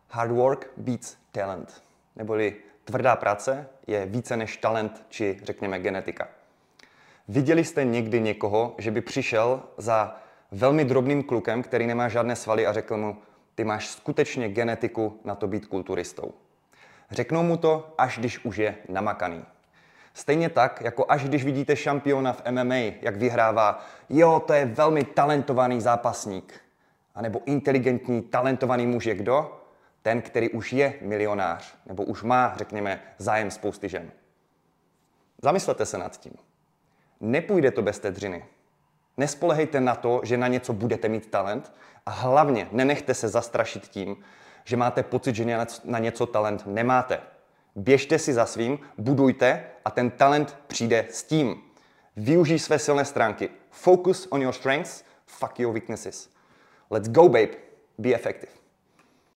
Hard work beats talent, neboli tvrdá práce je více než talent či řekněme genetika. Viděli jste někdy někoho, že by přišel za velmi drobným klukem, který nemá žádné svaly a řekl mu, ty máš skutečně genetiku na to být kulturistou. Řeknou mu to, až když už je namakaný. Stejně tak, jako až když vidíte šampiona v MMA, jak vyhrává, jo, to je velmi talentovaný zápasník. A nebo inteligentní, talentovaný muž je kdo? Ten, který už je milionář, nebo už má, řekněme, zájem spousty žen. Zamyslete se nad tím. Nepůjde to bez té dřiny. Nespolehejte na to, že na něco budete mít talent a hlavně nenechte se zastrašit tím, že máte pocit, že na něco talent nemáte. Běžte si za svým, budujte a ten talent přijde s tím. Využij své silné stránky. Focus on your strengths, fuck your weaknesses. Let's go, babe. Be effective.